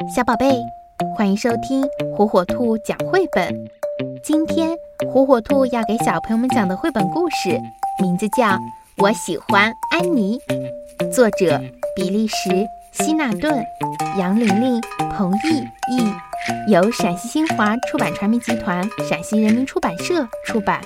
小宝贝，欢迎收听火火兔讲绘本。今天火火兔要给小朋友们讲的绘本故事名字叫《我喜欢安妮》，作者比利时希纳顿，杨玲玲、彭毅译，由陕西新华出版传媒集团陕西人民出版社出版。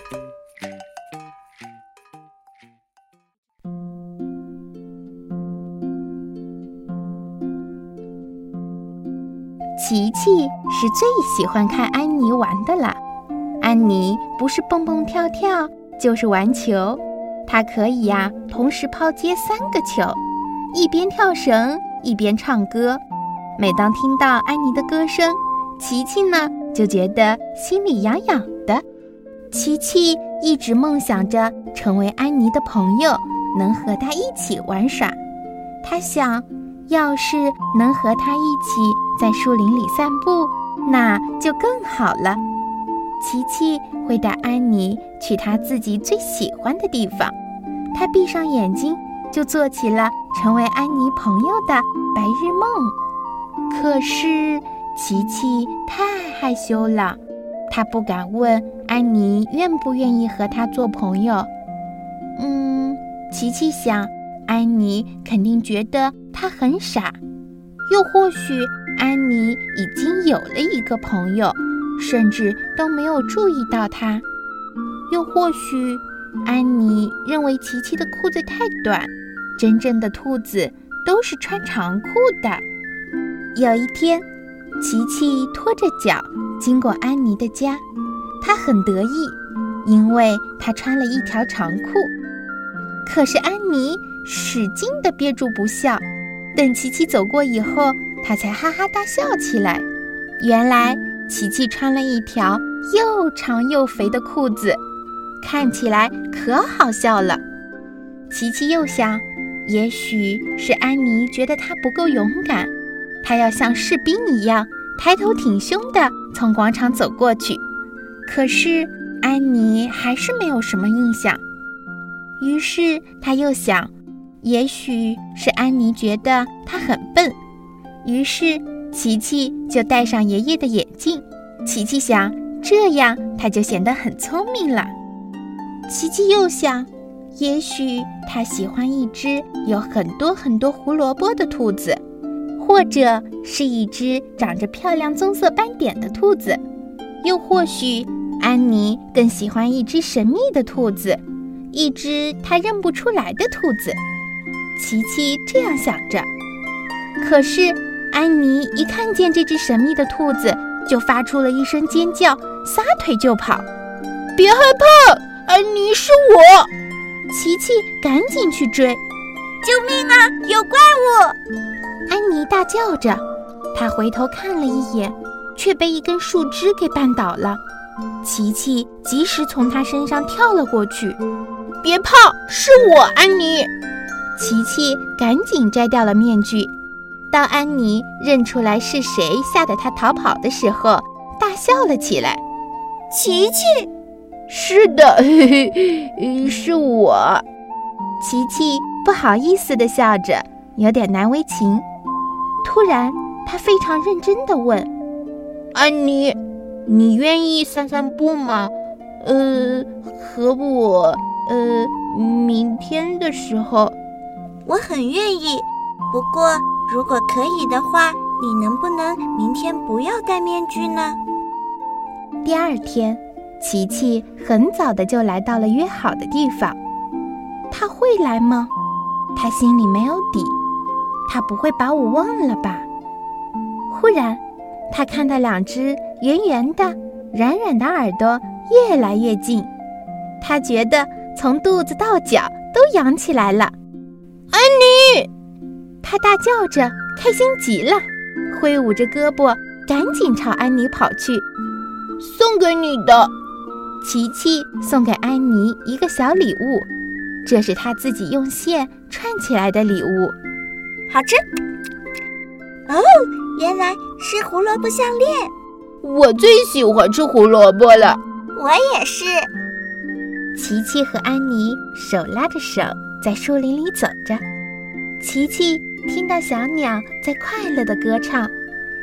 琪琪是最喜欢看安妮玩的了。安妮不是蹦蹦跳跳，就是玩球。她可以同时抛接3个球，一边跳绳一边唱歌。每当听到安妮的歌声，琪琪呢就觉得心里痒痒的。琪琪一直梦想着成为安妮的朋友，能和她一起玩耍。她想，要是能和她一起在树林里散步，那就更好了。琪琪会带安妮去她自己最喜欢的地方。她闭上眼睛，就做起了成为安妮朋友的白日梦。可是琪琪太害羞了，她不敢问安妮愿不愿意和她做朋友。琪琪想，安妮肯定觉得她很傻，又或许安妮已经有了一个朋友，甚至都没有注意到她。又或许安妮认为琪琪的裤子太短，真正的兔子都是穿长裤的。有一天，琪琪拖着脚经过安妮的家，她很得意，因为她穿了一条长裤。可是安妮使劲地憋住不笑，等琪琪走过以后，她才哈哈大笑起来。原来琪琪穿了一条又长又肥的裤子，看起来可好笑了。琪琪又想，也许是安妮觉得她不够勇敢，她要像士兵一样抬头挺胸地从广场走过去。可是安妮还是没有什么印象。于是她又想，也许是安妮觉得她很笨。于是琪琪就戴上爷爷的眼镜。琪琪想，这样她就显得很聪明了。琪琪又想，也许她喜欢一只有很多很多胡萝卜的兔子，或者是一只长着漂亮棕色斑点的兔子，又或许安妮更喜欢一只神秘的兔子，一只她认不出来的兔子。琪琪这样想着。可是安妮一看见这只神秘的兔子，就发出了一声尖叫，撒腿就跑。别害怕，安妮是我！琪琪赶紧去追。 救命啊，有怪物！ 安妮大叫着，她回头看了一眼，却被一根树枝给绊倒了。琪琪及时从她身上跳了过去。别怕，是我，安妮！琪琪赶紧摘掉了面具。当安妮认出来是谁吓得她逃跑的时候，大笑了起来。 琪琪， 是的，是我。琪琪不好意思地笑着，有点难为情。突然，她非常认真地问：安妮，你愿意散散步吗？和我，明天的时候。 我很愿意，不过如果可以的话，你能不能明天不要戴面具呢？ 第二天，琪琪很早的就来到了约好的地方。他会来吗？他心里没有底。他不会把我忘了吧？忽然，他看到2只圆圆的、软软的耳朵越来越近，他觉得从肚子到脚都痒起来了。安妮！他大叫着，开心极了，挥舞着胳膊，赶紧朝安妮跑去。送给你的。琪琪送给安妮一个小礼物，这是她自己用线串起来的礼物。 好吃哦，原来是胡萝卜项链。 我最喜欢吃胡萝卜了。 我也是。 琪琪和安妮手拉着手在树林里走着。琪琪听到小鸟在快乐地歌唱，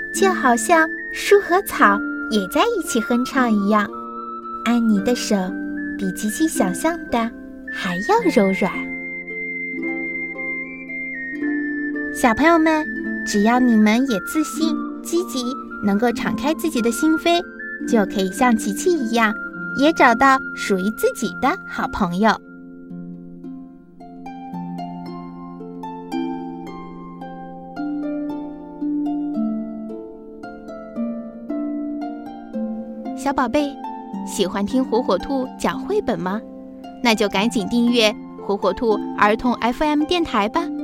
就好像树和草也在一起哼唱一样。安妮的手比琪琪想象的还要柔软。小朋友们，只要你们也自信、积极，能够敞开自己的心扉，就可以像琪琪一样，也找到属于自己的好朋友。小宝贝，喜欢听火火兔讲绘本吗？那就赶紧订阅火火兔儿童 FM 电台吧。